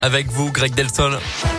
Avec vous, Greg Delsol.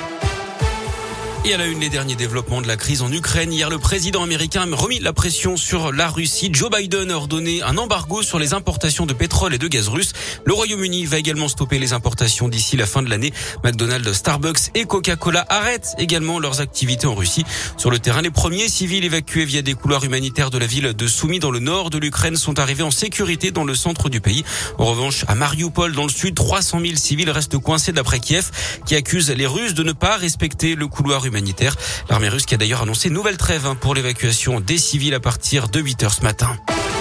Et à la une, les derniers développements de la crise en Ukraine. Hier, le président américain a remis la pression sur la Russie. Joe Biden a ordonné un embargo sur les importations de pétrole et de gaz russe. Le Royaume-Uni va également stopper les importations d'ici la fin de l'année. McDonald's, Starbucks et Coca-Cola arrêtent également leurs activités en Russie. Sur le terrain, les premiers civils évacués via des couloirs humanitaires de la ville de Soumy dans le nord de l'Ukraine sont arrivés en sécurité dans le centre du pays. En revanche, à Mariupol, dans le sud, 300 000 civils restent coincés d'après Kiev, qui accuse les Russes de ne pas respecter le couloir humanitaire. L'armée russe qui a d'ailleurs annoncé une nouvelle trêve pour l'évacuation des civils à partir de 8h ce matin.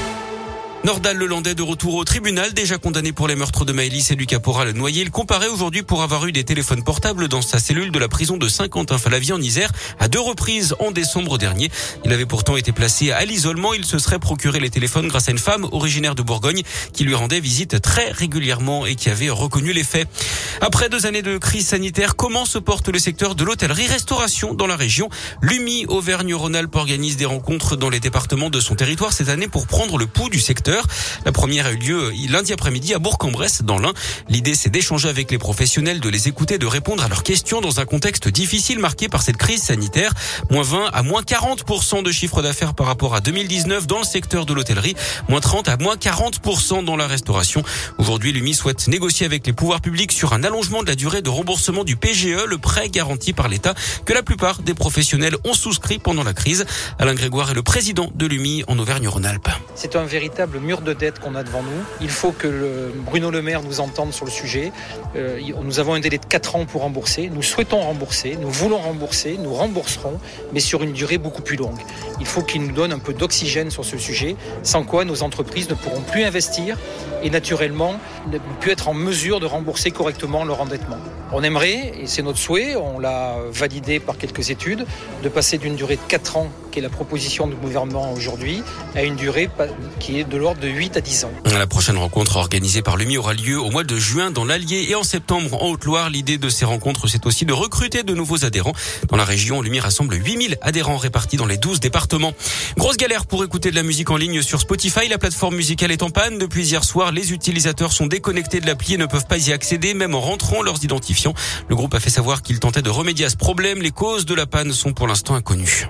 Nordal Lelandais de retour au tribunal, déjà condamné pour les meurtres de Maëlys et du caporal Noyer. Il comparait aujourd'hui pour avoir eu des téléphones portables dans sa cellule de la prison de Saint-Quentin-Fallavier en Isère à 2 reprises en décembre dernier. Il avait pourtant été placé à l'isolement. Il se serait procuré les téléphones grâce à une femme originaire de Bourgogne qui lui rendait visite très régulièrement et qui avait reconnu les faits. Après 2 années de crise sanitaire, comment se porte le secteur de l'hôtellerie-restauration dans la région? L'UMI Auvergne-Rhône-Alpes organise des rencontres dans les départements de son territoire cette année pour prendre le pouls du secteur. La première a eu lieu lundi après-midi à Bourg-en-Bresse dans l'Ain. L'idée, c'est d'échanger avec les professionnels, de les écouter, de répondre à leurs questions dans un contexte difficile marqué par cette crise sanitaire. Moins 20 à moins 40% de chiffre d'affaires par rapport à 2019 dans le secteur de l'hôtellerie. Moins 30 à moins 40% dans la restauration. Aujourd'hui, l'UMI souhaite négocier avec les pouvoirs publics sur un allongement de la durée de remboursement du PGE, le prêt garanti par l'État, que la plupart des professionnels ont souscrit pendant la crise. Alain Grégoire est le président de l'UMI en Auvergne-Rhône-Alpes. C'est un véritable mur de dette qu'on a devant nous. Il faut que Bruno Le Maire nous entende sur le sujet. Nous avons un délai de 4 ans pour rembourser. Nous souhaitons rembourser, nous voulons rembourser, nous rembourserons, mais sur une durée beaucoup plus longue. Il faut qu'il nous donne un peu d'oxygène sur ce sujet, sans quoi nos entreprises ne pourront plus investir et naturellement ne plus être en mesure de rembourser correctement leur endettement. On aimerait, et c'est notre souhait, on l'a validé par quelques études, de passer d'une durée de 4 ans, qui est la proposition du gouvernement aujourd'hui, à une durée qui est de l'ordre de 8 à 10 ans. La prochaine rencontre organisée par l'UMI aura lieu au mois de juin dans l'Allier et en septembre en Haute-Loire. L'idée de ces rencontres, c'est aussi de recruter de nouveaux adhérents. Dans la région, l'UMI rassemble 8000 adhérents répartis dans les 12 départements. Grosse galère pour écouter de la musique en ligne sur Spotify. La plateforme musicale est en panne. Depuis hier soir, les utilisateurs sont déconnectés de l'appli et ne peuvent pas y accéder, même en rentrant leurs identifiants. Le groupe a fait savoir qu'il tentait de remédier à ce problème. Les causes de la panne sont pour l'instant inconnues.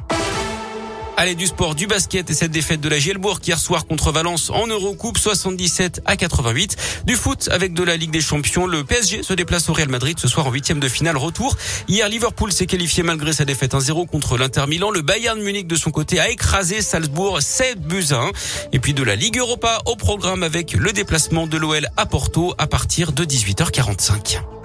Allez, du sport, du basket et cette défaite de la Gielbourg hier soir contre Valence en Eurocoupe 77 à 88. Du foot avec de la Ligue des Champions. Le PSG se déplace au Real Madrid ce soir en 8e de finale retour. Hier, Liverpool s'est qualifié malgré sa défaite 1-0 contre l'Inter Milan. Le Bayern Munich de son côté a écrasé Salzbourg 7-1. Et puis de la Ligue Europa au programme avec le déplacement de l'OL à Porto à partir de 18h45.